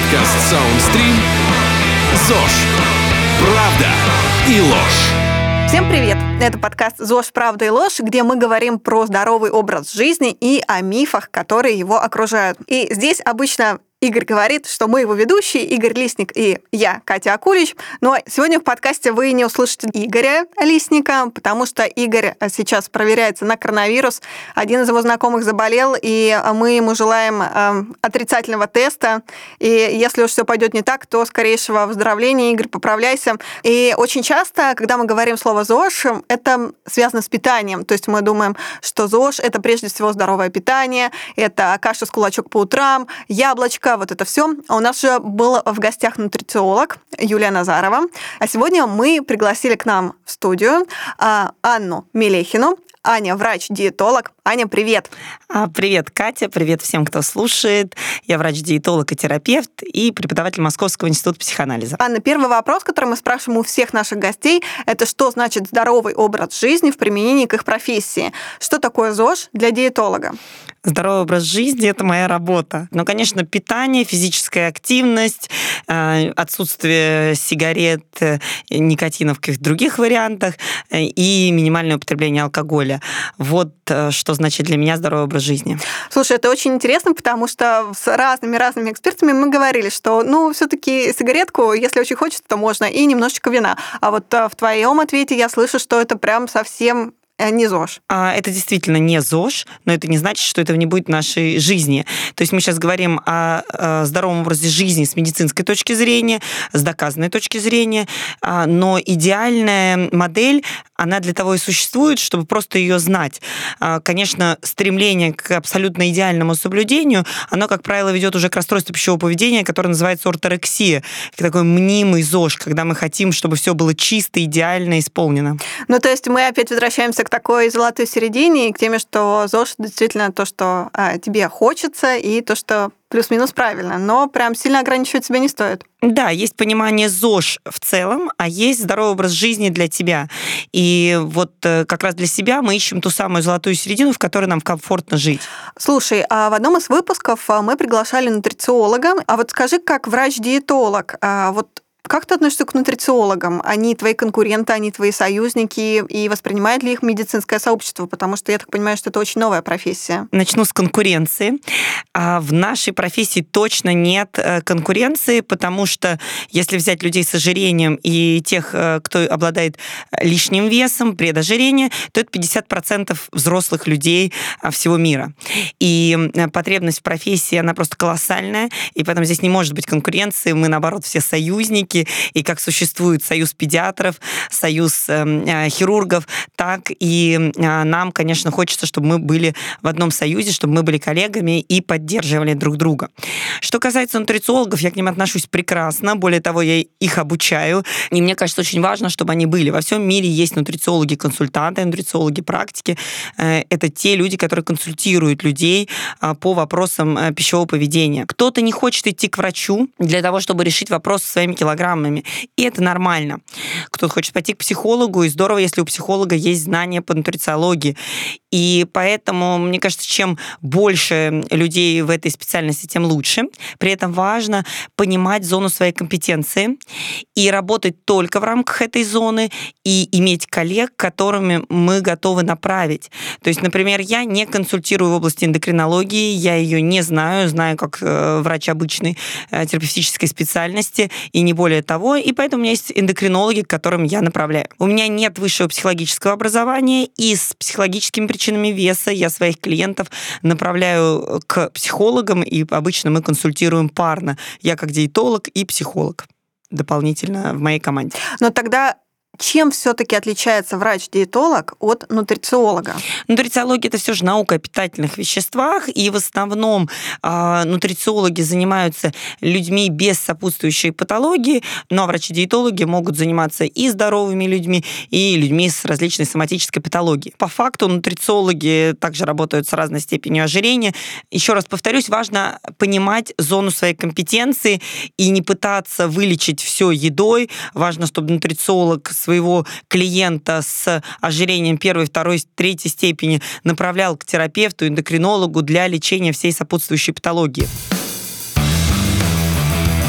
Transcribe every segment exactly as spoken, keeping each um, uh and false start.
Подкаст Soundstream ЗОЖ. Правда и ложь. Всем привет! Это подкаст «ЗОЖ. Правда и ложь», где мы говорим про здоровый образ жизни и о мифах, которые его окружают. И здесь обычно Игорь говорит, что мы его ведущие, Игорь Лисник и я, Катя Акулич. Но сегодня в подкасте вы не услышите Игоря Лисника, потому что Игорь сейчас проверяется на коронавирус. Один из его знакомых заболел, и мы ему желаем э, отрицательного теста. И если уж все пойдет не так, то скорейшего выздоровления. Игорь, поправляйся. И очень часто, когда мы говорим слово ЗОЖ, это связано с питанием. То есть мы думаем, что ЗОЖ – это прежде всего здоровое питание, это каша с кулачок по утрам, яблочко, вот это все. У нас же был в гостях нутрициолог Юлия Назарова. А сегодня мы пригласили к нам в студию Анну Мелехину. Аня – врач-диетолог. Аня, привет. Привет, Катя. Привет всем, кто слушает. Я врач-диетолог и терапевт и преподаватель Московского института психоанализа. Анна, первый вопрос, который мы спрашиваем у всех наших гостей, это что значит здоровый образ жизни в применении к их профессии? Что такое ЗОЖ для диетолога? Здоровый образ жизни – это моя работа. Но, конечно, питание, физическая активность, отсутствие сигарет, никотина в каких-то других вариантах и минимальное употребление алкоголя. Вот что значит для меня здоровый образ жизни. Слушай, это очень интересно, потому что с разными-разными экспертами мы говорили, что, ну, все-таки сигаретку, если очень хочется, то можно, и немножечко вина. А вот в твоем ответе я слышу, что это прям совсем не ЗОЖ. Это действительно не ЗОЖ, но это не значит, что этого не будет в нашей жизни. То есть мы сейчас говорим о здоровом образе жизни с медицинской точки зрения, с доказанной точки зрения, но идеальная модель, она для того и существует, чтобы просто ее знать. Конечно, стремление к абсолютно идеальному соблюдению, оно, как правило, ведет уже к расстройству пищевого поведения, которое называется орторексия, такой мнимый ЗОЖ, когда мы хотим, чтобы все было чисто, идеально исполнено. Ну, то есть мы опять возвращаемся к такой золотой середине и к теме, что ЗОЖ действительно то, что а, тебе хочется, и то, что плюс-минус правильно, но прям сильно ограничивать себя не стоит. Да, есть понимание ЗОЖ в целом, а есть здоровый образ жизни для тебя. И вот как раз для себя мы ищем ту самую золотую середину, в которой нам комфортно жить. Слушай, а в одном из выпусков мы приглашали нутрициолога. А вот скажи, как врач-диетолог, а вот как ты относишься к нутрициологам? Они твои конкуренты, они твои союзники, и воспринимает ли их медицинское сообщество? Потому что я так понимаю, что это очень новая профессия. Начну с конкуренции. В нашей профессии точно нет конкуренции, потому что если взять людей с ожирением и тех, кто обладает лишним весом, предожирение, то это пятьдесят процентов взрослых людей всего мира. И потребность в профессии, она просто колоссальная, и поэтому здесь не может быть конкуренции. Мы, наоборот, все союзники. И как существует союз педиатров, союз э, хирургов, так и э, нам, конечно, хочется, чтобы мы были в одном союзе, чтобы мы были коллегами и поддерживали друг друга. Что касается нутрициологов, я к ним отношусь прекрасно. Более того, я их обучаю. И мне кажется, очень важно, чтобы они были. Во всем мире есть нутрициологи-консультанты, нутрициологи-практики. Э, это те люди, которые консультируют людей э, по вопросам э, пищевого поведения. Кто-то не хочет идти к врачу для того, чтобы решить вопрос со своими килограммами. И это нормально. Кто-то хочет пойти к психологу, и здорово, если у психолога есть знания по нутрициологии. И поэтому, мне кажется, чем больше людей в этой специальности, тем лучше. При этом важно понимать зону своей компетенции и работать только в рамках этой зоны, и иметь коллег, которыми мы готовы направить. То есть, например, я не консультирую в области эндокринологии, я ее не знаю, знаю как врач обычной терапевтической специальности, и не более того, и поэтому у меня есть эндокринологи, к которым я направляю. У меня нет высшего психологического образования, и с психологическими причинами веса я своих клиентов направляю к психологам, и обычно мы консультируем парно. Я как диетолог и психолог дополнительно в моей команде. Но тогда чем все-таки отличается врач-диетолог от нутрициолога? Нутрициология – это все же наука о питательных веществах, и в основном э, нутрициологи занимаются людьми без сопутствующей патологии, но врачи-диетологи могут заниматься и здоровыми людьми, и людьми с различной соматической патологией. По факту нутрициологи также работают с разной степенью ожирения. Еще раз повторюсь, важно понимать зону своей компетенции и не пытаться вылечить все едой. Важно, чтобы нутрициолог своего клиента с ожирением первой, второй, третьей степени направлял к терапевту, эндокринологу для лечения всей сопутствующей патологии.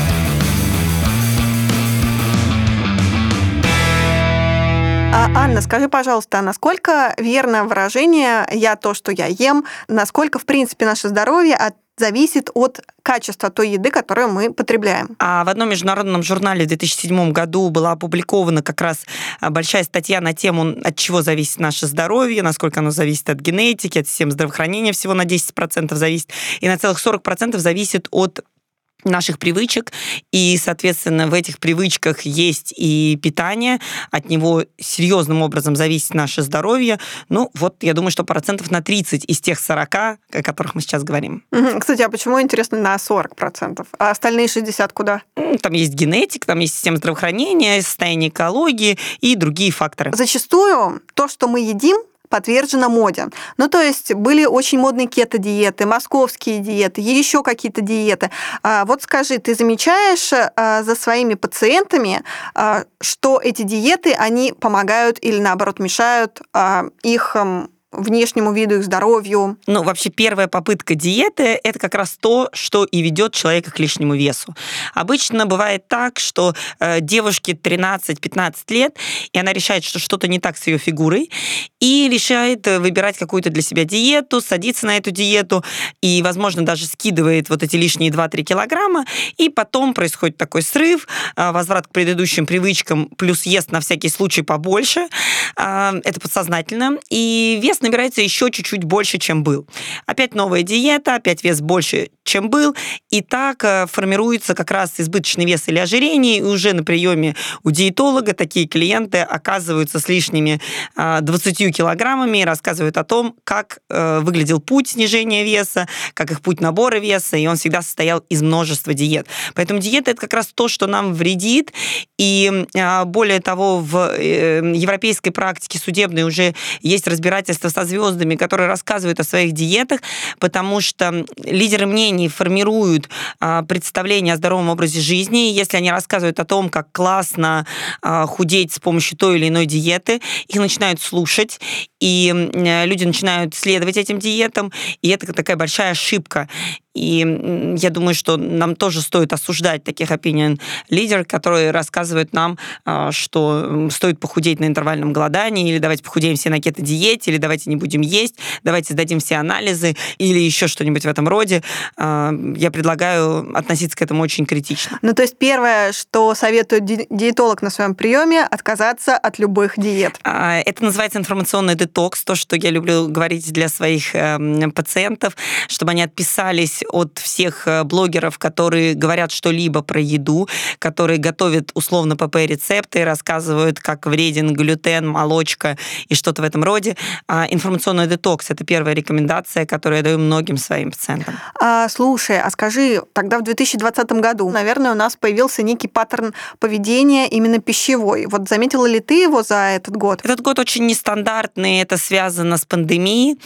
Анна, скажи, пожалуйста, насколько верно выражение «я то, что я ем», насколько, в принципе, наше здоровье от зависит от качества той еды, которую мы потребляем. А в одном международном журнале в две тысячи седьмом году была опубликована как раз большая статья на тему, от чего зависит наше здоровье, насколько оно зависит от генетики, от системы здравоохранения всего на десять процентов зависит, и на целых сорок процентов зависит от наших привычек, и, соответственно, в этих привычках есть и питание, от него серьезным образом зависит наше здоровье. Ну, вот, я думаю, что процентов на тридцать из тех сорока, о которых мы сейчас говорим. Кстати, а почему, интересно, на сорок процентов? А остальные шестьдесят куда? Там есть генетика, там есть система здравоохранения, состояние экологии и другие факторы. Зачастую то, что мы едим, подвержена моде. Ну, то есть были очень модные кето-диеты, московские диеты, еще какие-то диеты. А вот скажи, ты замечаешь а, за своими пациентами, а, что эти диеты, они помогают или, наоборот, мешают а, их а, внешнему виду, их здоровью? Ну, вообще, первая попытка диеты – это как раз то, что и ведет человека к лишнему весу. Обычно бывает так, что э, девушке тринадцать-пятнадцать лет, и она решает, что что-то не так с ее фигурой, и решает выбирать какую-то для себя диету, садится на эту диету, и, возможно, даже скидывает вот эти лишние два-три килограмма, и потом происходит такой срыв, э, возврат к предыдущим привычкам, плюс ест на всякий случай побольше. Э, это подсознательно. И вес набирается еще чуть-чуть больше, чем был. Опять новая диета, опять вес больше, чем был, и так формируется как раз избыточный вес или ожирение, и уже на приеме у диетолога такие клиенты оказываются с лишними двадцатью килограммами и рассказывают о том, как выглядел путь снижения веса, как их путь набора веса, и он всегда состоял из множества диет. Поэтому диета – это как раз то, что нам вредит, и более того, в европейской практике судебной уже есть разбирательство со звездами, которые рассказывают о своих диетах, потому что лидеры мнений формируют а, представление о здоровом образе жизни. Если они рассказывают о том, как классно а, худеть с помощью той или иной диеты, их начинают слушать, и а, люди начинают следовать этим диетам, и это такая большая ошибка. И я думаю, что нам тоже стоит осуждать таких opinion-лидеров, которые рассказывают нам, что стоит похудеть на интервальном голодании, или давайте похудеем все на кето-диете, или давайте не будем есть, давайте сдадим все анализы, или еще что-нибудь в этом роде. Я предлагаю относиться к этому очень критично. Ну, то есть первое, что советует ди- диетолог на своем приеме, отказаться от любых диет. Это называется информационный детокс, то, что я люблю говорить для своих пациентов, чтобы они отписались от всех блогеров, которые говорят что-либо про еду, которые готовят условно ПП-рецепты, рассказывают, как вреден глютен, молочка и что-то в этом роде. Информационный детокс – это первая рекомендация, которую я даю многим своим пациентам. А, слушай, а скажи, тогда в две тысячи двадцатом году, наверное, у нас появился некий паттерн поведения именно пищевой. Вот заметила ли ты его за этот год? Этот год очень нестандартный, это связано с пандемией,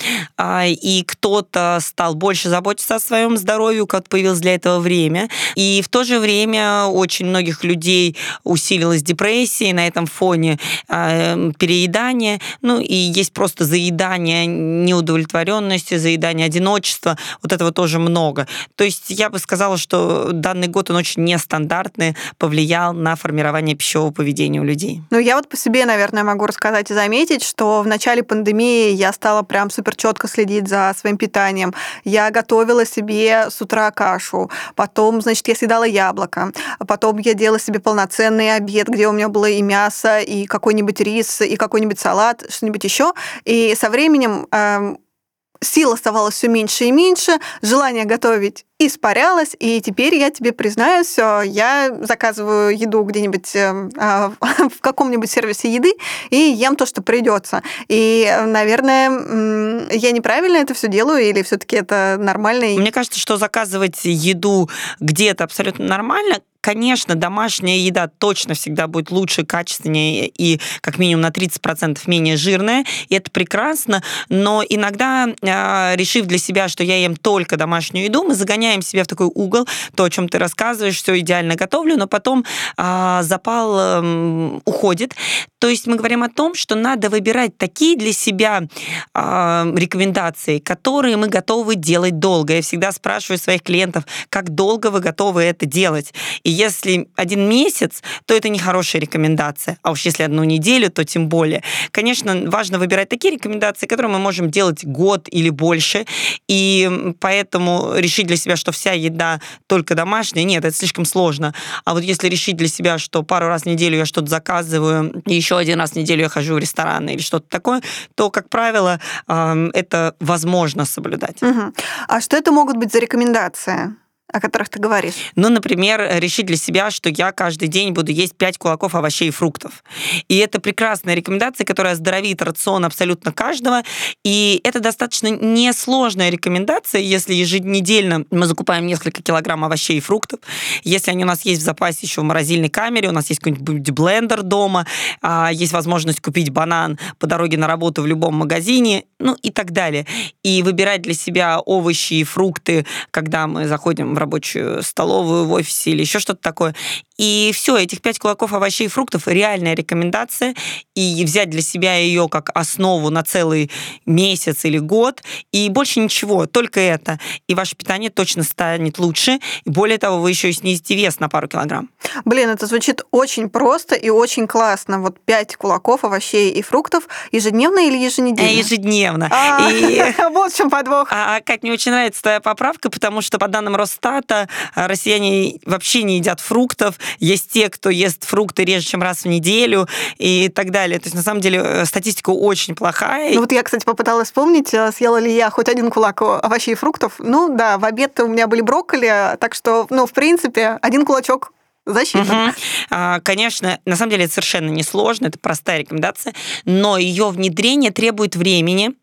и кто-то стал больше заботиться о своем здоровью, как появилось для этого время. И в то же время очень многих людей усилилась депрессия, и на этом фоне э, переедание, ну и есть просто заедание неудовлетворенности, заедание одиночества, вот этого тоже много. То есть я бы сказала, что данный год, он очень нестандартный, повлиял на формирование пищевого поведения у людей. Ну, я вот по себе, наверное, могу рассказать и заметить, что в начале пандемии я стала прям супер четко следить за своим питанием. Я готовила себе с утра кашу, потом, значит, я съедала яблоко, потом я делала себе полноценный обед, где у меня было и мясо, и какой-нибудь рис, и какой-нибудь салат, что-нибудь еще. И со временем э, сил оставалось все меньше и меньше, желание готовить испарялось, и теперь я тебе признаюсь, я заказываю еду где-нибудь в каком-нибудь сервисе еды и ем то, что придется. И, наверное, я неправильно это все делаю, или все-таки это нормально? Мне кажется, что заказывать еду где-то абсолютно нормально. Конечно, домашняя еда точно всегда будет лучше, качественнее и как минимум на тридцать процентов менее жирная, и это прекрасно, но иногда, решив для себя, что я ем только домашнюю еду, мы загоняем себя в такой угол, то, о чем ты рассказываешь, все идеально готовлю, но потом запал уходит. То есть мы говорим о том, что надо выбирать такие для себя э, рекомендации, которые мы готовы делать долго. Я всегда спрашиваю своих клиентов, как долго вы готовы это делать. И если один месяц, то это не хорошая рекомендация. А уж если одну неделю, то тем более. Конечно, важно выбирать такие рекомендации, которые мы можем делать год или больше. И поэтому решить для себя, что вся еда только домашняя, нет, это слишком сложно. А вот если решить для себя, что пару раз в неделю я что-то заказываю, и еще один раз в неделю я хожу в ресторан или что-то такое, то, как правило, это возможно соблюдать. Угу. А что это могут быть за рекомендации, о которых ты говоришь? Ну, например, решить для себя, что я каждый день буду есть пять кулаков овощей и фруктов. И это прекрасная рекомендация, которая оздоровит рацион абсолютно каждого. И это достаточно несложная рекомендация, если еженедельно мы закупаем несколько килограмм овощей и фруктов, если они у нас есть в запасе еще в морозильной камере, у нас есть какой-нибудь блендер дома, есть возможность купить банан по дороге на работу в любом магазине, ну и так далее. И выбирать для себя овощи и фрукты, когда мы заходим в рабочую столовую в офисе или еще что-то такое. И все, этих пять кулаков овощей и фруктов — реальная рекомендация, и взять для себя ее как основу на целый месяц или год, и больше ничего, только это. И ваше питание точно станет лучше, и более того, вы еще и снизите вес на пару килограмм. Блин, это звучит очень просто и очень классно. Вот пять кулаков овощей и фруктов ежедневно или еженедельно? Ежедневно. А, и... Вот в чем подвох. А, Кать, мне очень нравится твоя поправка, потому что по данным Росстата россияне вообще не едят фруктов. Есть те, кто ест фрукты реже, чем раз в неделю и так далее. То есть, на самом деле, статистика очень плохая. Ну вот я, кстати, попыталась вспомнить, съела ли я хоть один кулак овощей и фруктов. Ну да, в обед у меня были брокколи, так что, ну, в принципе, один кулачок засчитан. Угу. А, конечно, на самом деле это совершенно несложно, это простая рекомендация, но ее внедрение требует времени.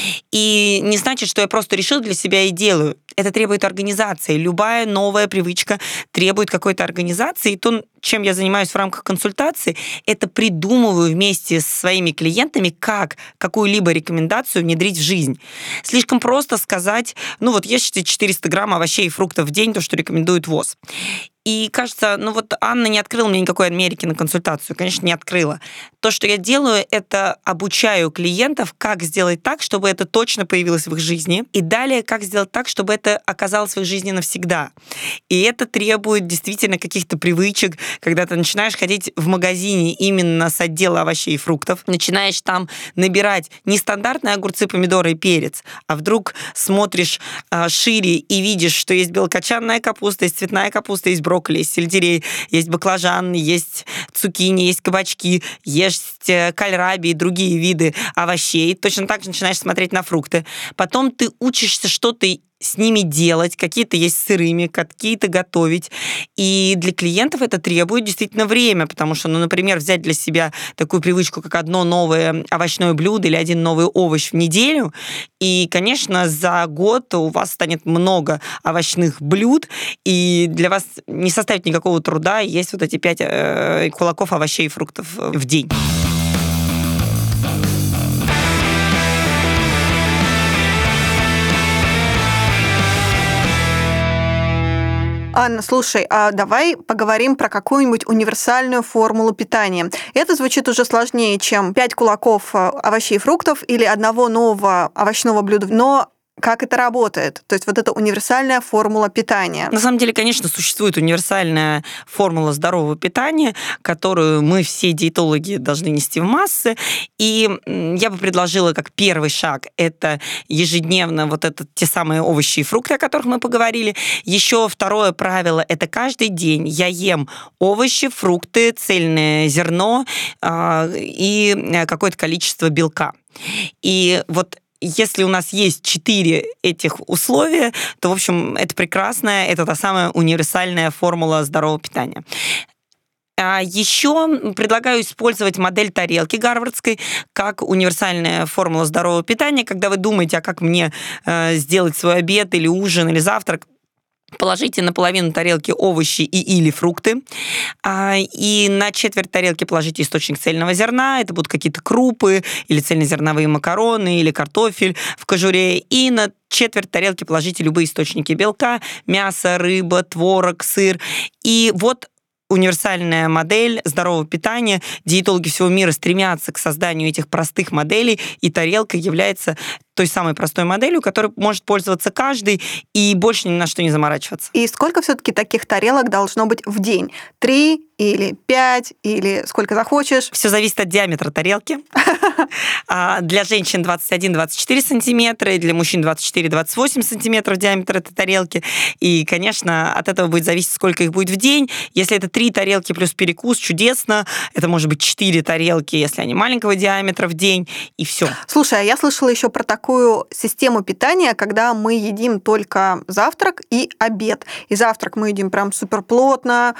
И не значит, что я просто решил для себя и делаю. Это требует организации. Любая новая привычка требует какой-то организации. И то, чем я занимаюсь в рамках консультации, это придумываю вместе со своими клиентами, как какую-либо рекомендацию внедрить в жизнь. Слишком просто сказать, ну вот ешьте четыреста грамм овощей и фруктов в день, то, что рекомендует ВОЗ. И кажется, ну вот Анна не открыла мне никакой Америки на консультацию. Конечно, не открыла. То, что я делаю, это обучаю клиентов, как сделать так, чтобы это точно появилось в их жизни. И далее, как сделать так, чтобы это оказалось в их жизни навсегда. И это требует действительно каких-то привычек, когда ты начинаешь ходить в магазине именно с отдела овощей и фруктов, начинаешь там набирать не стандартные огурцы, помидоры и перец, а вдруг смотришь а, шире и видишь, что есть белокочанная капуста, есть цветная капуста, есть брокколи, есть сельдерей, есть баклажан, есть цукини, есть кабачки, есть кальраби и другие виды овощей. Точно так же начинаешь смотреть на фрукты. Потом ты учишься что-то с ними делать, какие-то есть сырыми, какие-то готовить. И для клиентов это требует действительно время, потому что, ну, например, взять для себя такую привычку, как одно новое овощное блюдо или один новый овощ в неделю, и, конечно, за год у вас станет много овощных блюд, и для вас не составит никакого труда есть вот эти пять э, кулаков овощей и фруктов в день. Анна, слушай, а давай поговорим про какую-нибудь универсальную формулу питания. Это звучит уже сложнее, чем пять кулаков овощей и фруктов или одного нового овощного блюда, но как это работает? То есть вот эта универсальная формула питания. На самом деле, конечно, существует универсальная формула здорового питания, которую мы все диетологи должны нести в массы. И я бы предложила как первый шаг это ежедневно вот это те самые овощи и фрукты, о которых мы поговорили. Еще второе правило – это каждый день я ем овощи, фрукты, цельное зерно э, и какое-то количество белка. И вот если у нас есть четыре этих условия, то, в общем, это прекрасная, это та самая универсальная формула здорового питания. А еще предлагаю использовать модель тарелки гарвардской как универсальная формула здорового питания, когда вы думаете, а как мне э, сделать свой обед или ужин или завтрак, положите на половину тарелки овощи и или фрукты, и на четверть тарелки положите источник цельного зерна, это будут какие-то крупы, или цельнозерновые макароны, или картофель в кожуре, и на четверть тарелки положите любые источники белка, мясо, рыба, творог, сыр. И вот универсальная модель здорового питания. Диетологи всего мира стремятся к созданию этих простых моделей, и тарелка является той самой простой моделью, которой может пользоваться каждый и больше ни на что не заморачиваться. И сколько все-таки таких тарелок должно быть в день? Три или пять, или сколько захочешь? Все зависит от диаметра тарелки. Для женщин двадцать один - двадцать четыре сантиметра, и для мужчин двадцать четыре - двадцать восемь сантиметров диаметр этой тарелки. И, конечно, от этого будет зависеть, сколько их будет в день. Если это три тарелки плюс перекус, чудесно. Это может быть четыре тарелки, если они маленького диаметра в день, и все. Слушай, а я слышала еще про такую систему питания, когда мы едим только завтрак и обед. И завтрак мы едим прям суперплотно,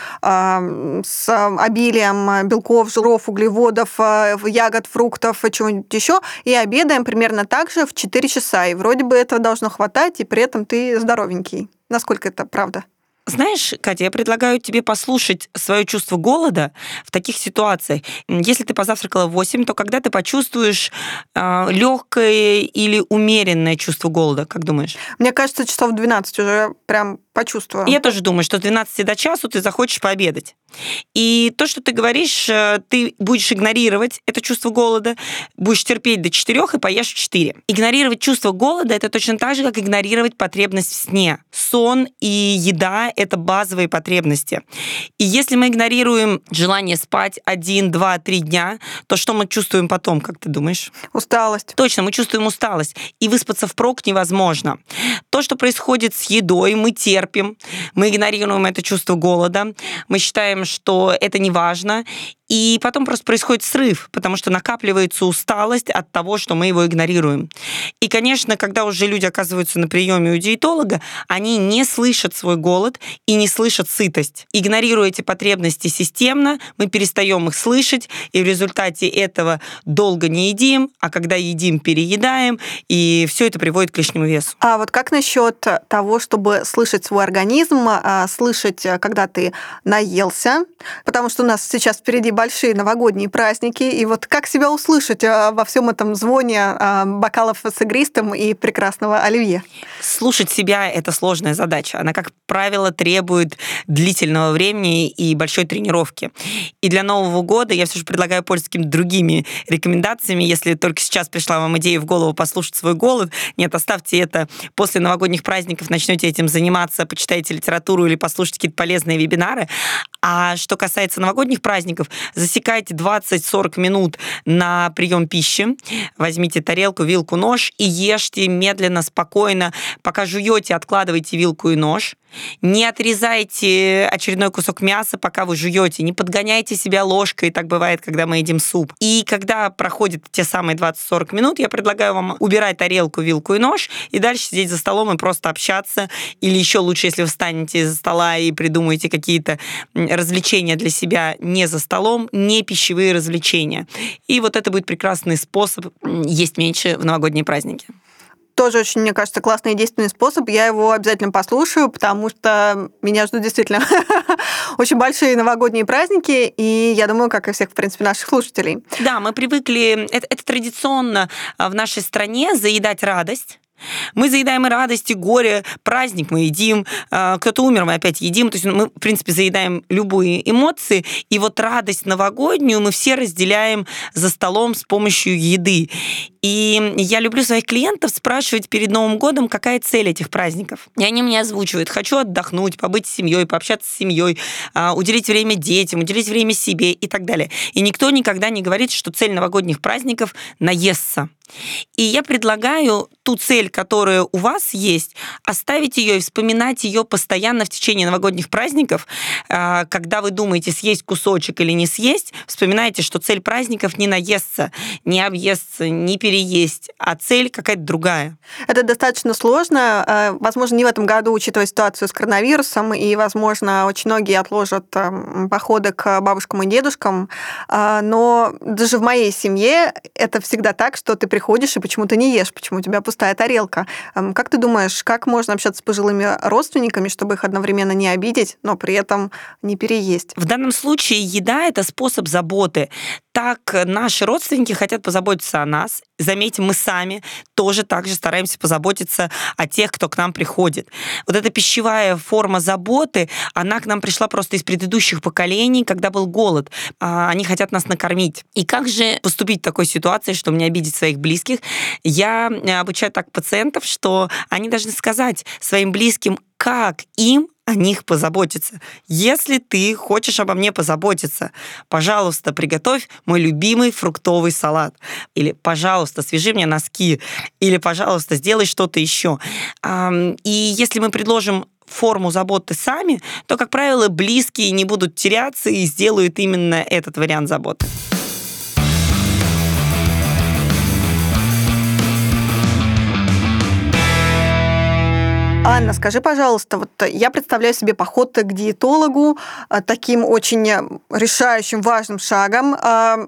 с обилием белков, жиров, углеводов, ягод, фруктов, чего-нибудь еще, и обедаем примерно так же в четыре часа. И вроде бы этого должно хватать, и при этом ты здоровенький. Насколько это правда? Знаешь, Катя, я предлагаю тебе послушать свое чувство голода в таких ситуациях. Если ты позавтракала в восемь, то когда ты почувствуешь э, легкое или умеренное чувство голода, как думаешь? Мне кажется, часов в двенадцать уже прям почувствую. Я тоже думаю, что с двенадцати до часу ты захочешь пообедать. И то, что ты говоришь, ты будешь игнорировать это чувство голода, будешь терпеть до четырех и поешь в четыре. Игнорировать чувство голода — это точно так же, как игнорировать потребность в сне. Сон и еда — это базовые потребности. И если мы игнорируем желание спать один, два, три дня, то что мы чувствуем потом, как ты думаешь? Усталость. Точно, мы чувствуем усталость. И выспаться впрок невозможно. То, что происходит с едой, мы терпим, мы игнорируем это чувство голода, мы считаем, что это не важно, и потом просто происходит срыв, потому что накапливается усталость от того, что мы его игнорируем. И, конечно, когда уже люди оказываются на приеме у диетолога, они не слышат свой голод и не слышат сытость. Игнорируя эти потребности системно, мы перестаем их слышать, и в результате этого долго не едим, а когда едим, переедаем, и все это приводит к лишнему весу. А вот как насчет того, чтобы слышать свой организм, слышать, когда ты наелся? Потому что у нас сейчас впереди большие новогодние праздники, и вот как себя услышать во всем этом звоне бокалов с игристым и прекрасного оливье? Слушать себя — это сложная задача. Она, как правило, требует длительного времени и большой тренировки. И для Нового года я все же предлагаю пользоваться какими-то другими рекомендациями. Если только сейчас пришла вам идея в голову послушать свой голод, нет, оставьте это после новогодних праздников, начнете этим заниматься, почитайте литературу или послушайте какие-то полезные вебинары. А что касается новогодних праздников, засекайте двадцать-сорок минут на прием пищи, возьмите тарелку, вилку, нож и ешьте медленно, спокойно. Пока жуете, откладывайте вилку и нож. Не отрезайте очередной кусок мяса, пока вы жуете. Не подгоняйте себя ложкой, так бывает, когда мы едим суп. И когда проходит те самые двадцать-сорок минут, я предлагаю вам убирать тарелку, вилку и нож, и дальше сидеть за столом и просто общаться. Или еще лучше, если вы встанете из-за стола и придумаете какие-то развлечения для себя не за столом, не пищевые развлечения. И вот это будет прекрасный способ есть меньше в новогодние праздники. Тоже очень, мне кажется, классный и действенный способ. Я его обязательно послушаю, потому что меня ждут действительно очень большие новогодние праздники, и я думаю, как и всех, в принципе, наших слушателей. Да, мы привыкли, это, это традиционно в нашей стране заедать радость. Мы заедаем и радость, и горе, праздник мы едим, кто-то умер, мы опять едим, то есть мы, в принципе, заедаем любые эмоции, и вот радость новогоднюю мы все разделяем за столом с помощью еды. И я люблю своих клиентов спрашивать перед Новым годом, какая цель этих праздников. И они мне озвучивают: хочу отдохнуть, побыть с семьей, пообщаться с семьей, уделить время детям, уделить время себе и так далее. И никто никогда не говорит, что цель новогодних праздников — наесться. И я предлагаю ту цель, которая у вас есть, оставить ее и вспоминать ее постоянно в течение новогодних праздников. Когда вы думаете, съесть кусочек или не съесть, вспоминайте, что цель праздников не наесться, не объесться, не переесть, а цель какая-то другая. Это достаточно сложно. Возможно, не в этом году, учитывая ситуацию с коронавирусом, и, возможно, очень многие отложат походы к бабушкам и дедушкам. Но даже в моей семье это всегда так, что ты приходишь и почему-то не ешь, почему у тебя пустая тарелка. Как ты думаешь, как можно общаться с пожилыми родственниками, чтобы их одновременно не обидеть, но при этом не переесть? В данном случае еда — это способ заботы. так наши родственники хотят позаботиться о нас. Заметьте, мы сами тоже так же стараемся позаботиться о тех, кто к нам приходит. Вот эта пищевая форма заботы, она к нам пришла просто из предыдущих поколений, когда был голод. Они хотят нас накормить. И как же поступить в такой ситуации, чтобы не обидеть своих близких? Я обучаю так пациентов, что они должны сказать своим близким, как им о них позаботиться. Если ты хочешь обо мне позаботиться, пожалуйста, приготовь мой любимый фруктовый салат. Или, пожалуйста, свяжи мне носки. Или, пожалуйста, сделай что-то еще. И если мы предложим форму заботы сами, то, как правило, близкие не будут теряться и сделают именно этот вариант заботы. Анна, скажи, пожалуйста, вот я представляю себе поход к диетологу таким очень решающим, важным шагом,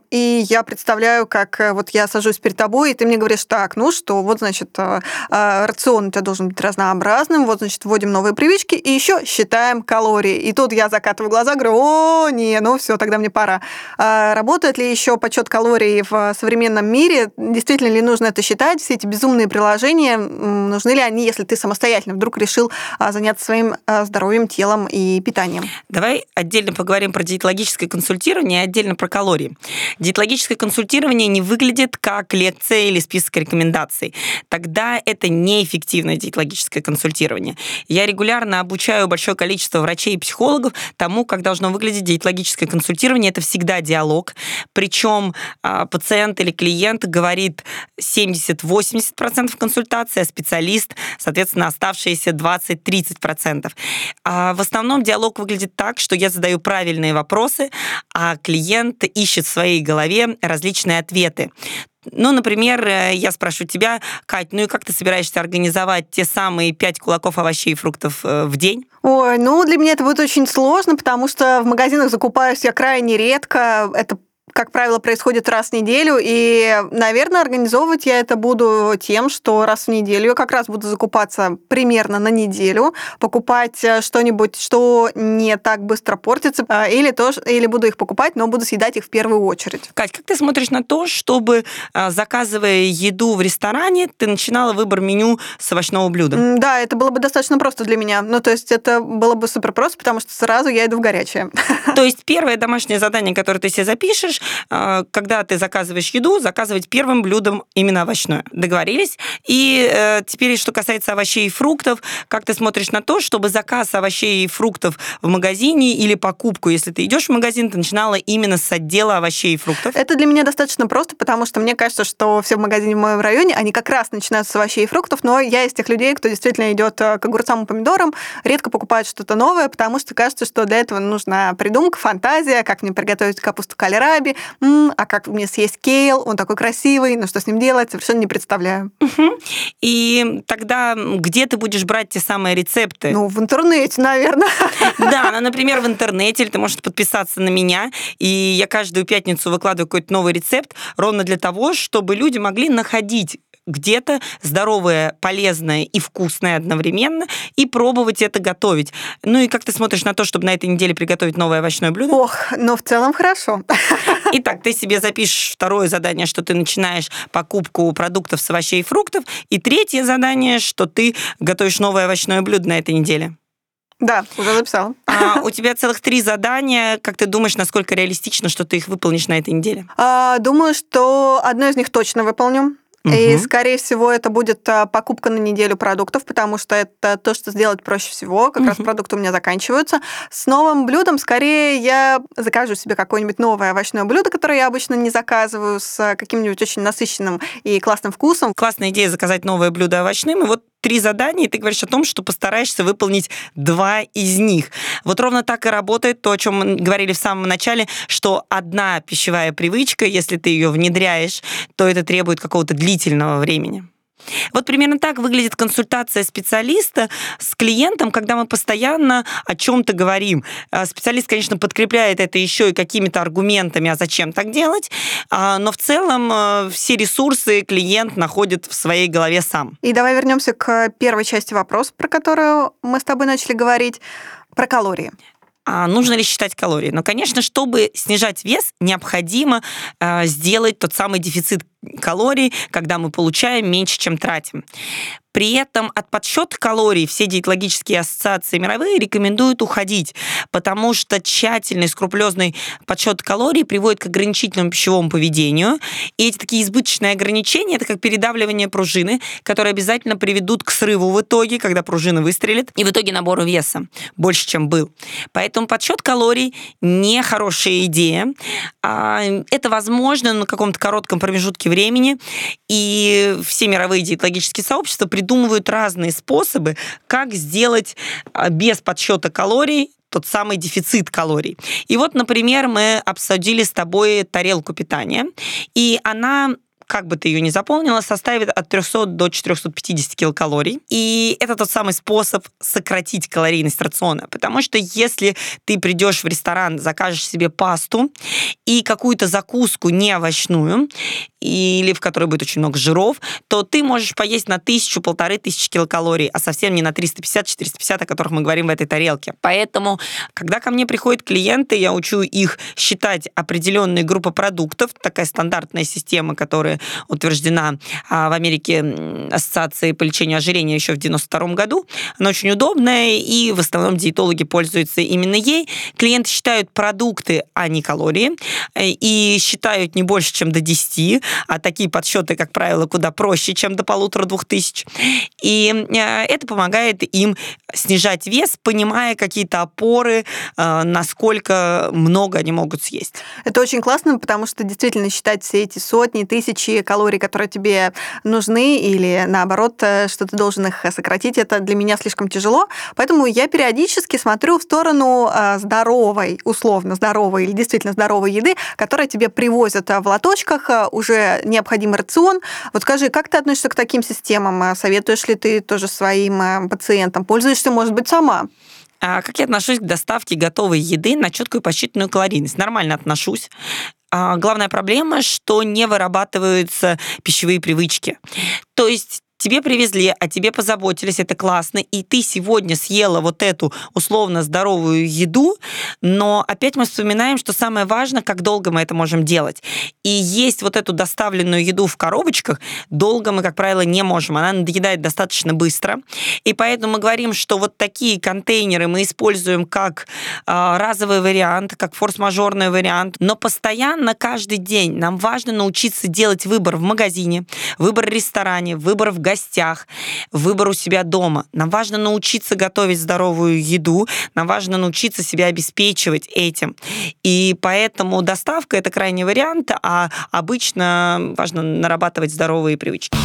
и я представляю, как вот я сажусь перед тобой, и ты мне говоришь, так, ну что, вот, значит, рацион у тебя должен быть разнообразным, вот, значит, вводим новые привычки, и еще считаем калории. И тут я закатываю глаза, говорю, о, не, ну все, тогда мне пора. Работает ли еще подсчет калорий в современном мире? Действительно ли нужно это считать? Все эти безумные приложения, нужны ли они, если ты самостоятельно вдруг решил заняться своим здоровьем, телом и питанием? Давай отдельно поговорим про диетологическое консультирование и отдельно про калории. Диетологическое консультирование не выглядит как лекция или список рекомендаций. Тогда это неэффективное диетологическое консультирование. Я регулярно обучаю большое количество врачей и психологов тому, как должно выглядеть диетологическое консультирование. Это всегда диалог. Причем пациент или клиент говорит семьдесят-восемьдесят процентов консультации, а специалист, соответственно, оставшиеся двадцать-тридцать процентов. А в основном диалог выглядит так, что я задаю правильные вопросы, а клиент ищет в своей голове различные ответы. Ну, например, я спрашиваю тебя, Кать, ну и как ты собираешься организовать те самые пять кулаков овощей и фруктов в день? Ой, ну для меня это будет очень сложно, потому что в магазинах закупаюсь я крайне редко. Это, как правило, происходит раз в неделю, и, наверное, организовывать я это буду тем, что раз в неделю я как раз буду закупаться примерно на неделю, покупать что-нибудь, что не так быстро портится, или, тоже, или буду их покупать, но буду съедать их в первую очередь. Кать, как ты смотришь на то, чтобы, заказывая еду в ресторане, ты начинала выбор меню с овощного блюда? Да, это было бы достаточно просто для меня. Ну, то есть это было бы супер просто, потому что сразу я иду в горячее. То есть первое домашнее задание, которое ты себе запишешь, когда ты заказываешь еду, заказывать первым блюдом именно овощное. Договорились? И э, теперь, что касается овощей и фруктов, как ты смотришь на то, чтобы заказ овощей и фруктов в магазине или покупку, если ты идешь в магазин, ты начинала именно с отдела овощей и фруктов? Это для меня достаточно просто, потому что мне кажется, что все в магазине в моем районе, они как раз начинают с овощей и фруктов, но я из тех людей, кто действительно идет к огурцам и помидорам, редко покупает что-то новое, потому что кажется, что для этого нужна придумка, фантазия, как мне приготовить капусту кальраби, М, а как мне съесть кейл, он такой красивый, но что с ним делать, совершенно не представляю. Угу. И тогда где ты будешь брать те самые рецепты? Ну, в интернете, наверное. Да, ну, например, в интернете, или ты можешь подписаться на меня, и я каждую пятницу выкладываю какой-то новый рецепт, ровно для того, чтобы люди могли находить где-то здоровое, полезное и вкусное одновременно, и пробовать это готовить. Ну и как ты смотришь на то, чтобы на этой неделе приготовить новое овощное блюдо? Ох, ну в целом хорошо. Итак, ты себе запишешь второе задание, что ты начинаешь покупку продуктов с овощей и фруктов, и третье задание, что ты готовишь новое овощное блюдо на этой неделе. Да, уже записала. А, у тебя целых три задания. Как ты думаешь, насколько реалистично, что ты их выполнишь на этой неделе? А, думаю, что одно из них точно выполню. И, скорее всего, это будет покупка на неделю продуктов, потому что это то, что сделать проще всего. Как uh-huh. раз продукты у меня заканчиваются. С новым блюдом, скорее, я закажу себе какое-нибудь новое овощное блюдо, которое я обычно не заказываю, с каким-нибудь очень насыщенным и классным вкусом. Классная идея заказать новое блюдо овощным. И вот три задания, и ты говоришь о том, что постараешься выполнить два из них. Вот ровно так и работает то, о чем мы говорили в самом начале, что одна пищевая привычка, если ты ее внедряешь, то это требует какого-то длительного времени. Вот примерно так выглядит консультация специалиста с клиентом, когда мы постоянно о чем-то говорим. Специалист, конечно, подкрепляет это еще и какими-то аргументами, а зачем так делать, но в целом все ресурсы клиент находит в своей голове сам. И давай вернемся к первой части вопроса, про которую мы с тобой начали говорить, про калории. А нужно ли считать калории? Но, конечно, чтобы снижать вес, необходимо э, сделать тот самый дефицит калорий, когда мы получаем меньше, чем тратим. При этом от подсчета калорий все диетологические ассоциации мировые рекомендуют уходить, потому что тщательный, скрупулезный подсчет калорий приводит к ограничительному пищевому поведению. И эти такие избыточные ограничения, это как передавливание пружины, которые обязательно приведут к срыву в итоге, когда пружина выстрелит, и в итоге набору веса больше, чем был. Поэтому подсчет калорий не хорошая идея. Это возможно на каком-то коротком промежутке времени, и все мировые диетологические сообщества придумывают разные способы, как сделать без подсчета калорий тот самый дефицит калорий. И вот, например, мы обсудили с тобой тарелку питания, и она, как бы ты ее ни заполнила, составит от трехсот до четырехсот пятидесяти килокалорий. И это тот самый способ сократить калорийность рациона. Потому что если ты придешь в ресторан, закажешь себе пасту и какую-то закуску не овощную, или в которой будет очень много жиров, то ты можешь поесть на тысячу-полторы тысячи килокалорий, а совсем не на триста пятьдесят - четыреста пятьдесят, о которых мы говорим в этой тарелке. Поэтому, когда ко мне приходят клиенты, я учу их считать определенные группы продуктов, такая стандартная система, которая утверждена в Америке Ассоциацией по лечению ожирения еще в девяносто втором году. Она очень удобная, и в основном диетологи пользуются именно ей. Клиенты считают продукты, а не калории, и считают не больше, чем до десяти, а такие подсчеты, как правило, куда проще, чем до полутора-двух тысяч. И это помогает им снижать вес, понимая какие-то опоры, насколько много они могут съесть. Это очень классно, потому что действительно считать все эти сотни, тысячи калорий, которые тебе нужны, или наоборот, что ты должен их сократить, это для меня слишком тяжело. Поэтому я периодически смотрю в сторону здоровой, условно здоровой или действительно здоровой еды, которая тебе привозят в лоточках, уже необходимый рацион. Вот скажи, как ты относишься к таким системам? Советуешь ли ты тоже своим пациентам? Пользуешься, может быть, сама? А как я отношусь к доставке готовой еды на четкую посчитанную калорийность? Нормально отношусь. А главная проблема, что не вырабатываются пищевые привычки. То есть тебе привезли, а тебе позаботились, это классно, и ты сегодня съела вот эту условно здоровую еду, но опять мы вспоминаем, что самое важное, как долго мы это можем делать. И есть вот эту доставленную еду в коробочках долго мы, как правило, не можем. Она надоедает достаточно быстро. И поэтому мы говорим, что вот такие контейнеры мы используем как э, разовый вариант, как форс-мажорный вариант, но постоянно, каждый день нам важно научиться делать выбор в магазине, выбор в ресторане, выбор в гостях, выбор у себя дома. Нам важно научиться готовить здоровую еду, нам важно научиться себя обеспечивать этим. И поэтому доставка — это крайний вариант, а обычно важно нарабатывать здоровые привычки.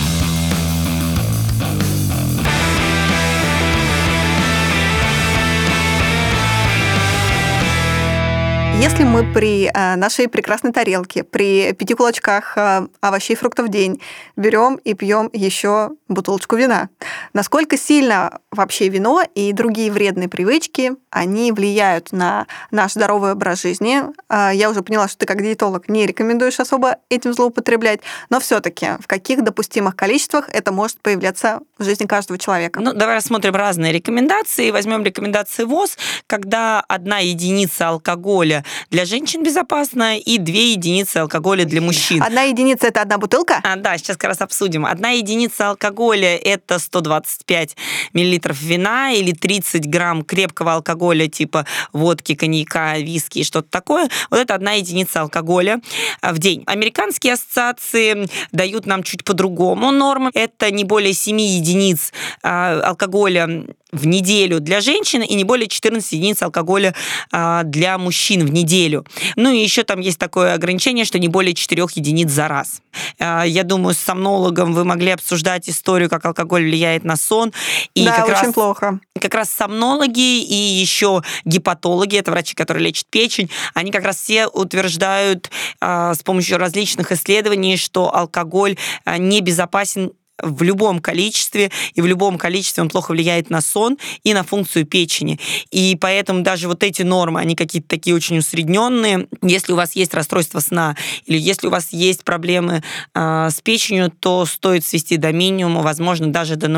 Если мы при э, нашей прекрасной тарелке, при пяти кулачках э, овощей и фруктов в день берем и пьем еще бутылочку вина, насколько сильно вообще вино и другие вредные привычки, они влияют на наш здоровый образ жизни? Э, я уже поняла, что ты как диетолог не рекомендуешь особо этим злоупотреблять, но все-таки в каких допустимых количествах это может появляться в жизни каждого человека? Ну, давай рассмотрим разные рекомендации. Возьмем рекомендации ВОЗ, когда одна единица алкоголя для женщин безопасна и две единицы алкоголя для мужчин. Одна единица – это одна бутылка? А, да, сейчас как раз обсудим. Одна единица алкоголя – это сто двадцать пять миллилитров вина или тридцать грамм крепкого алкоголя типа водки, коньяка, виски и что-то такое. Вот это одна единица алкоголя в день. Американские ассоциации дают нам чуть по-другому нормы. Это не более семи единиц алкоголя в неделю для женщин и не более четырнадцати единиц алкоголя а, для мужчин в неделю. Ну и еще там есть такое ограничение, что не более четырех единиц за раз. А, я думаю, с сомнологом вы могли обсуждать историю, как алкоголь влияет на сон. И да, как очень раз, плохо. Как раз сомнологи и еще гепатологи, это врачи, которые лечат печень, они как раз все утверждают а, с помощью различных исследований, что алкоголь а, небезопасен в любом количестве, и в любом количестве он плохо влияет на сон и на функцию печени. И поэтому даже вот эти нормы, они какие-то такие очень усредненные. Если у вас есть расстройство сна или если у вас есть проблемы э, с печенью, то стоит свести до минимума, возможно, даже до нуля.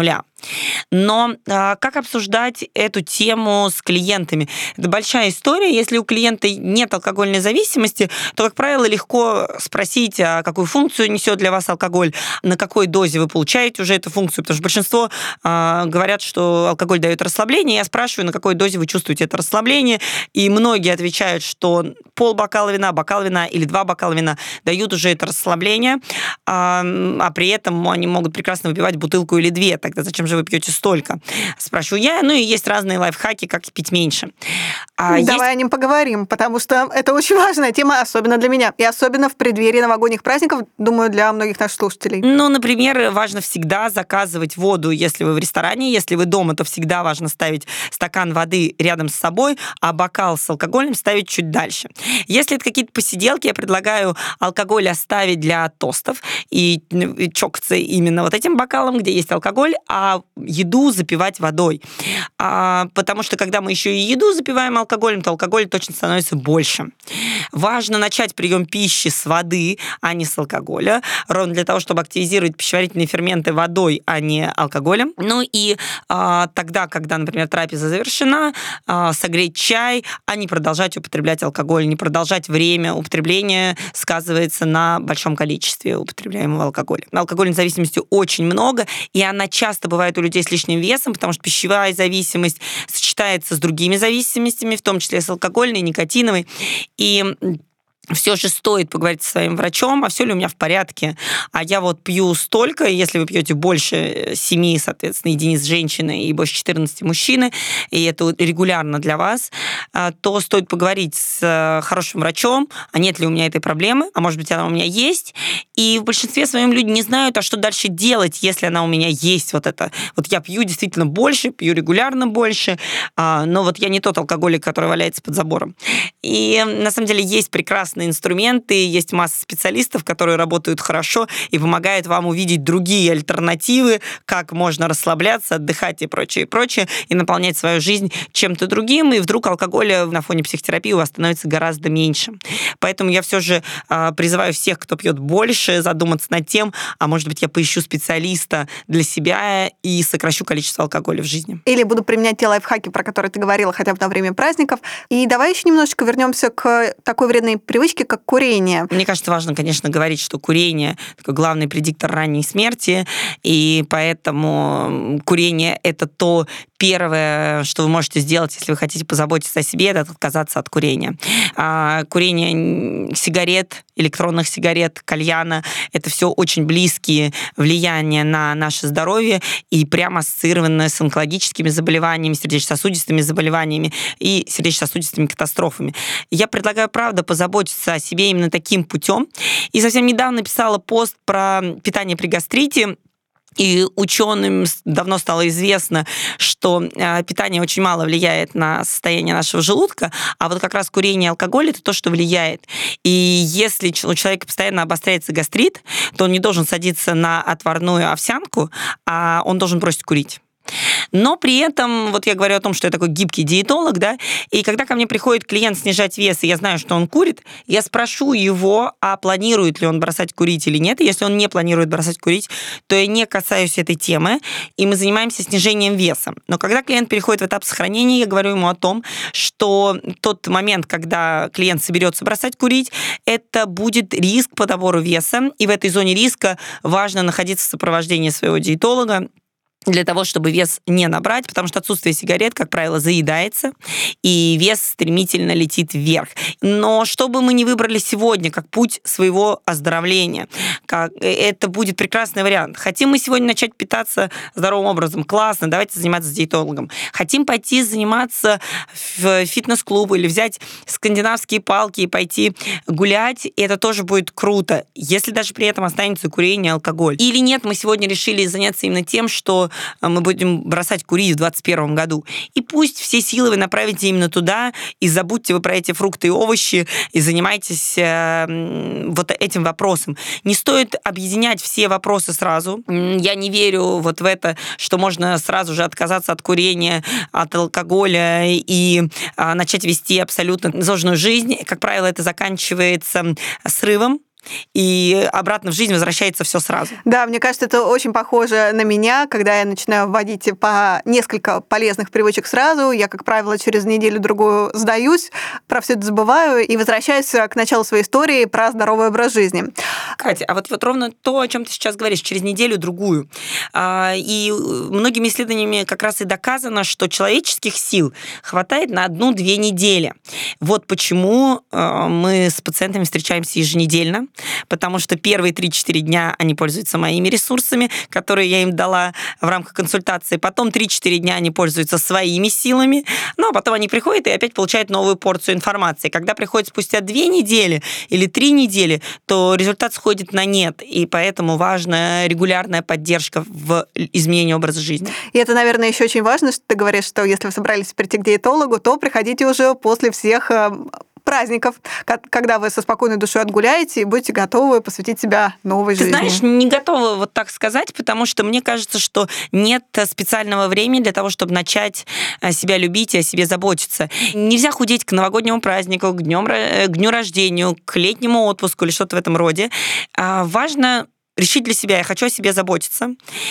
Но а, как обсуждать эту тему с клиентами? Это большая история. Если у клиента нет алкогольной зависимости, то, как правило, легко спросить, а какую функцию несет для вас алкоголь, на какой дозе вы получаете уже эту функцию, потому что большинство а, говорят, что алкоголь дает расслабление. Я спрашиваю, на какой дозе вы чувствуете это расслабление, и многие отвечают, что полбокала вина, бокал вина или два бокала вина дают уже это расслабление, а, а при этом они могут прекрасно выпивать бутылку или две. Тогда зачем же вы пьете столько? Спрашиваю я. Ну и есть разные лайфхаки, как пить меньше. А Давай есть... о нем поговорим, потому что это очень важная тема, особенно для меня, и особенно в преддверии новогодних праздников, думаю, для многих наших слушателей. Ну, например, важно всегда заказывать воду, если вы в ресторане, если вы дома, то всегда важно ставить стакан воды рядом с собой, а бокал с алкоголем ставить чуть дальше. Если это какие-то посиделки, я предлагаю алкоголь оставить для тостов и чокаться именно вот этим бокалом, где есть алкоголь, а еду запивать водой. А, потому что когда мы еще и еду запиваем алкоголем, то алкоголь точно становится больше. Важно начать прием пищи с воды, а не с алкоголя, ровно для того, чтобы активизировать пищеварительные ферменты водой, а не алкоголем. Ну и а, тогда, когда, например, трапеза завершена, а, согреть чай, а не продолжать употреблять алкоголь, не продолжать время употребления сказывается на большом количестве употребляемого алкоголя. Алкогольной зависимости очень много, и она часто бывает у людей с лишним весом, потому что пищевая зависимость сочетается с другими зависимостями, в том числе с алкогольной, никотиновой. И все же стоит поговорить со своим врачом, а все ли у меня в порядке. А я вот пью столько, если вы пьете больше семи, соответственно, единиц женщины и больше четырнадцати мужчины, и это регулярно для вас, то стоит поговорить с хорошим врачом, а нет ли у меня этой проблемы, а может быть, она у меня есть. И в большинстве своем люди не знают, а что дальше делать, если она у меня есть. Вот это. Вот я пью действительно больше, пью регулярно больше, но вот я не тот алкоголик, который валяется под забором. И на самом деле есть прекрасные инструменты, есть масса специалистов, которые работают хорошо и помогают вам увидеть другие альтернативы, как можно расслабляться, отдыхать и прочее, и прочее, и наполнять свою жизнь чем-то другим, и вдруг алкоголя на фоне психотерапии у вас становится гораздо меньше. Поэтому я все же э, призываю всех, кто пьет больше, задуматься над тем, а может быть, я поищу специалиста для себя и сокращу количество алкоголя в жизни. Или буду применять те лайфхаки, про которые ты говорила хотя бы на время праздников. И давай еще немножечко вернемся к такой вредной привычке, как курение. Мне кажется, важно, конечно, говорить, что курение такой главный предиктор ранней смерти, и поэтому курение — это то первое, что вы можете сделать, если вы хотите позаботиться о себе, это отказаться от курения. А курение сигарет, электронных сигарет, кальяна — это все очень близкие влияния на наше здоровье и прямо ассоциированные с онкологическими заболеваниями, сердечно-сосудистыми заболеваниями и сердечно-сосудистыми катастрофами. Я предлагаю, правда, позаботиться о себе именно таким путем. И совсем недавно писала пост про питание при гастрите. И ученым давно стало известно, что питание очень мало влияет на состояние нашего желудка, а вот как раз курение и алкоголь — это то, что влияет. И если у человека постоянно обостряется гастрит, то он не должен садиться на отварную овсянку, а он должен бросить курить. Но при этом, вот я говорю о том, что я такой гибкий диетолог, да, и когда ко мне приходит клиент снижать вес, и я знаю, что он курит, я спрошу его, а планирует ли он бросать курить или нет. И если он не планирует бросать курить, то я не касаюсь этой темы, и мы занимаемся снижением веса. Но когда клиент переходит в этап сохранения, я говорю ему о том, что тот момент, когда клиент соберется бросать курить, это будет риск по добору веса, и в этой зоне риска важно находиться в сопровождении своего диетолога, для того, чтобы вес не набрать, потому что отсутствие сигарет, как правило, заедается, и вес стремительно летит вверх. Но что бы мы ни выбрали сегодня как путь своего оздоровления, как, это будет прекрасный вариант. Хотим мы сегодня начать питаться здоровым образом? Классно, давайте заниматься с диетологом. Хотим пойти заниматься в фитнес-клуб или взять скандинавские палки и пойти гулять, и это тоже будет круто, если даже при этом останется курение, алкоголь. Или нет, мы сегодня решили заняться именно тем, что мы будем бросать курить в двадцать первом году. И пусть все силы вы направите именно туда, и забудьте вы про эти фрукты и овощи, и занимайтесь э, вот этим вопросом. Не стоит объединять все вопросы сразу. Я не верю вот в это, что можно сразу же отказаться от курения, от алкоголя и э, начать вести абсолютно зожную жизнь. Как правило, это заканчивается срывом. и обратно в жизнь возвращается все сразу. Да, мне кажется, это очень похоже на меня, когда я начинаю вводить по несколько полезных привычек сразу. Я, как правило, через неделю-другую сдаюсь, про все это забываю и возвращаюсь к началу своей истории про здоровый образ жизни. Катя, а вот, вот ровно то, о чем ты сейчас говоришь, через неделю-другую. И многими исследованиями как раз и доказано, что человеческих сил хватает на одну-две недели. Вот почему мы с пациентами встречаемся еженедельно, потому что первые три-четыре дня они пользуются моими ресурсами, которые я им дала в рамках консультации. Потом три-четыре дня они пользуются своими силами, ну а потом они приходят и опять получают новую порцию информации. Когда приходят спустя две недели или три недели, то результат сходит на нет, и поэтому важна регулярная поддержка в изменении образа жизни. И это, наверное, еще очень важно, что ты говоришь, что если вы собрались прийти к диетологу, то приходите уже после всех праздников, когда вы со спокойной душой отгуляете и будете готовы посвятить себя новой Ты жизни. знаешь, не готова вот так сказать, потому что мне кажется, что нет специального времени для того, чтобы начать себя любить и о себе заботиться. Нельзя худеть к новогоднему празднику, к, днем, к дню рождения, к летнему отпуску или что-то в этом роде. Важно решить для себя, я хочу о себе заботиться.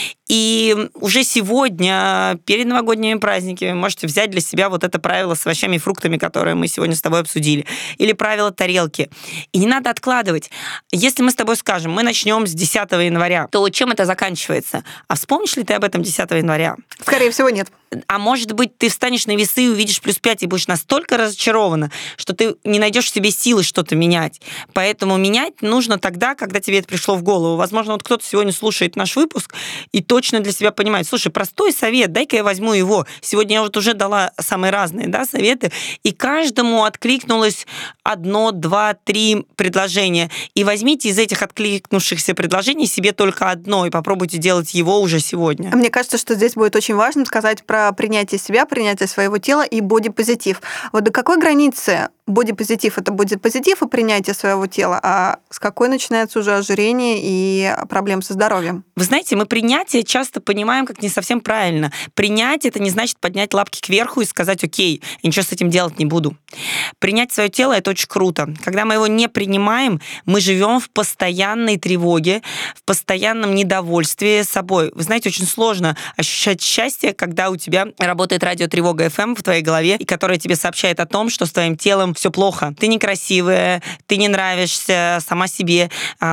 И уже сегодня, перед новогодними праздниками, вы можете взять для себя вот это правило с овощами и фруктами, которое мы сегодня с тобой обсудили. Или правило тарелки. И не надо откладывать. Если мы с тобой скажем, мы начнем с десятого января, то чем это заканчивается? А вспомнишь ли ты об этом десятого января? Скорее всего, нет. А может быть, ты встанешь на весы и увидишь плюс пять, и будешь настолько разочарована, что ты не найдешь в себе силы что-то менять. Поэтому менять нужно тогда, когда тебе это пришло в голову. Возможно, вот кто-то сегодня слушает наш выпуск и точно для себя понимает, слушай, простой совет, дай-ка я возьму его. Сегодня я вот уже дала самые разные, да, советы, и каждому откликнулось одно, два, три предложения. И возьмите из этих откликнувшихся предложений себе только одно и попробуйте делать его уже сегодня. Мне кажется, что здесь будет очень важным сказать про принятие себя, принятие своего тела и бодипозитив. Вот до какой границы бодипозитив — это бодипозитив и принятие своего тела, а с какой начинается уже ожирение и проблемы со здоровьем? Вы знаете, мы принятие часто понимаем как не совсем правильно. Принять — это не значит поднять лапки кверху и сказать, окей, я ничего с этим делать не буду. Принять свое тело — это очень круто. Когда мы его не принимаем, мы живем в постоянной тревоге, в постоянном недовольстве собой. Вы знаете, очень сложно ощущать счастье, когда у тебя работает радиотревога эф эм в твоей голове, и которая тебе сообщает о том, что с твоим телом все плохо. Ты некрасивая, ты не нравишься сама себе,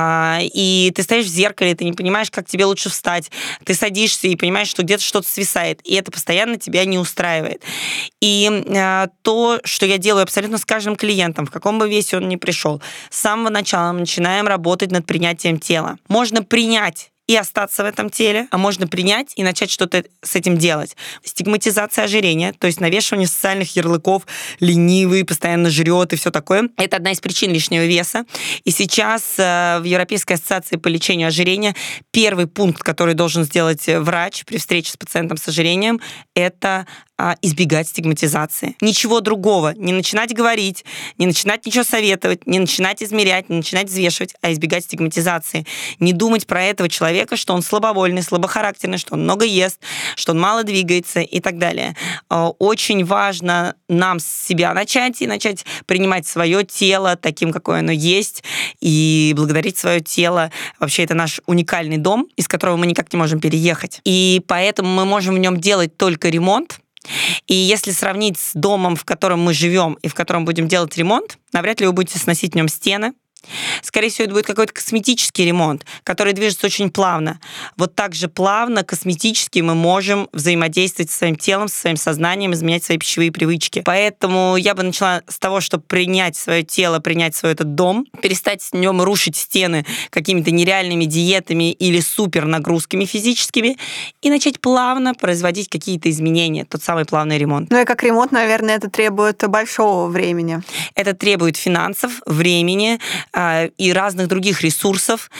и ты стоишь в зеркале, ты не понимаешь, как тебе лучше встать. Ты садишься и понимаешь, что где-то что-то свисает, и это постоянно тебя не устраивает. И то, что я делаю абсолютно с каждым клиентом, в каком бы весе он ни пришел, с самого начала мы начинаем работать над принятием тела. Можно принять и остаться в этом теле, а можно принять и начать что-то с этим делать. Стигматизация ожирения, то есть навешивание социальных ярлыков, ленивый, постоянно жрет и все такое. Это одна из причин лишнего веса. И сейчас в Европейской ассоциации по лечению ожирения первый пункт, который должен сделать врач при встрече с пациентом с ожирением, это избегать стигматизации. Ничего другого. Не начинать говорить, не начинать ничего советовать, не начинать измерять, не начинать взвешивать, а избегать стигматизации. Не думать про этого человека, что он слабовольный, слабохарактерный, что он много ест, что он мало двигается и так далее. Очень важно нам с себя начать и начать принимать свое тело таким, какое оно есть, и благодарить свое тело. Вообще, это наш уникальный дом, из которого мы никак не можем переехать. И поэтому мы можем в нем делать только ремонт. И если сравнить с домом, в котором мы живем и в котором будем делать ремонт, навряд ли вы будете сносить в нем стены. Скорее всего, это будет какой-то косметический ремонт, который движется очень плавно. Вот так же плавно, косметически мы можем взаимодействовать со своим телом, со своим сознанием, изменять свои пищевые привычки. Поэтому я бы начала с того, чтобы принять свое тело, принять свой этот дом, перестать в нем рушить стены какими-то нереальными диетами или супер нагрузками физическими и начать плавно производить какие-то изменения, тот самый плавный ремонт. Ну и как ремонт, наверное, это требует большого времени. Это требует финансов, времени, и разных других ресурсов,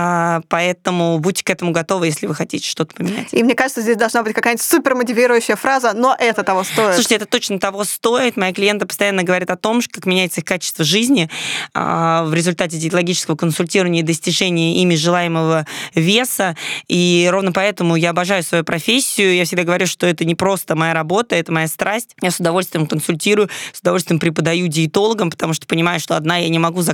поэтому будьте к этому готовы, если вы хотите что-то поменять. И мне кажется, здесь должна быть какая-нибудь супермотивирующая фраза, но это того стоит. Слушайте, это точно того стоит. Мои клиенты постоянно говорят о том, как меняется их качество жизни в результате диетологического консультирования и достижения ими желаемого веса, и ровно поэтому я обожаю свою профессию. Я всегда говорю, что это не просто моя работа, это моя страсть. Я с удовольствием консультирую, с удовольствием преподаю диетологам, потому что понимаю, что одна я не могу закрыть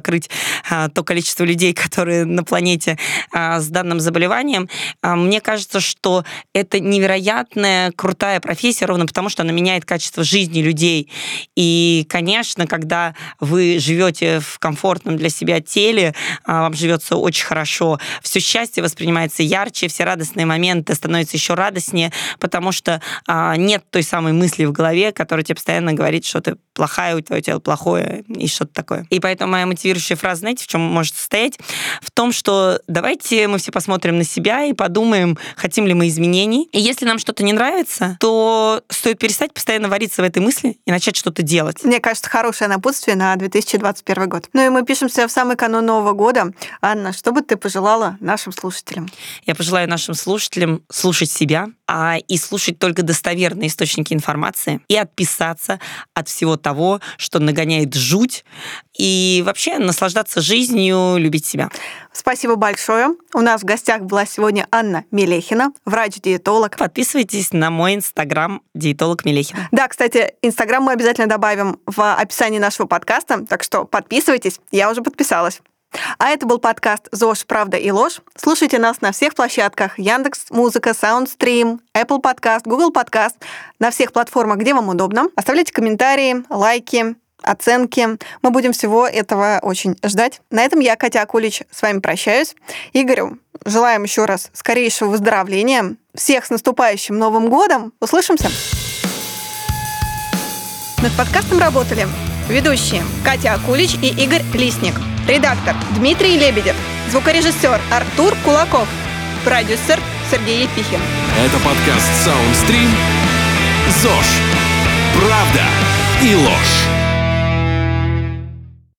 а, то количество людей, которые на планете а, с данным заболеванием, а, мне кажется, что это невероятная, крутая профессия, ровно потому, что она меняет качество жизни людей. И, конечно, когда вы живете в комфортном для себя теле, а, вам живется очень хорошо, все счастье воспринимается ярче, все радостные моменты становятся еще радостнее, потому что а, нет той самой мысли в голове, которая тебе постоянно говорит, что ты плохая, у твое тело плохое и что-то такое. И поэтому моя мотивирующая фраза, знаете, в чем может состоять? В том, что давайте мы все посмотрим на себя и подумаем, хотим ли мы изменений. И если нам что-то не нравится, то стоит перестать постоянно вариться в этой мысли и начать что-то делать. Мне кажется, хорошее напутствие на две тысячи двадцать первый год. Ну и мы пишемся в самый канун Нового года. Анна, что бы ты пожелала нашим слушателям? Я пожелаю нашим слушателям слушать себя, а и слушать только достоверные источники информации и отписаться от всего того, что нагоняет жуть, и вообще наслаждаться жизнью, любить себя. Спасибо большое. У нас в гостях была сегодня Анна Мелехина, врач-диетолог. Подписывайтесь на мой инстаграм диетолог Мелехина. Да, кстати, инстаграм мы обязательно добавим в описании нашего подкаста, так что подписывайтесь, я уже подписалась. А это был подкаст «ЗОЖ. Правда и ложь». Слушайте нас на всех площадках: Яндекс.Музыка, Саундстрим, Apple Podcast, Google Podcast, на всех платформах, где вам удобно. Оставляйте комментарии, лайки, оценки. Мы будем всего этого очень ждать. На этом я, Катя Акулич, с вами прощаюсь. Игорю желаем еще раз скорейшего выздоровления. Всех с наступающим Новым годом. Услышимся. Над подкастом работали ведущие Катя Акулич и Игорь Лисник. Редактор Дмитрий Лебедев. Звукорежиссер Артур Кулаков. Продюсер Сергей Епихин. Это подкаст Soundstream. ЗОЖ. Правда и ложь.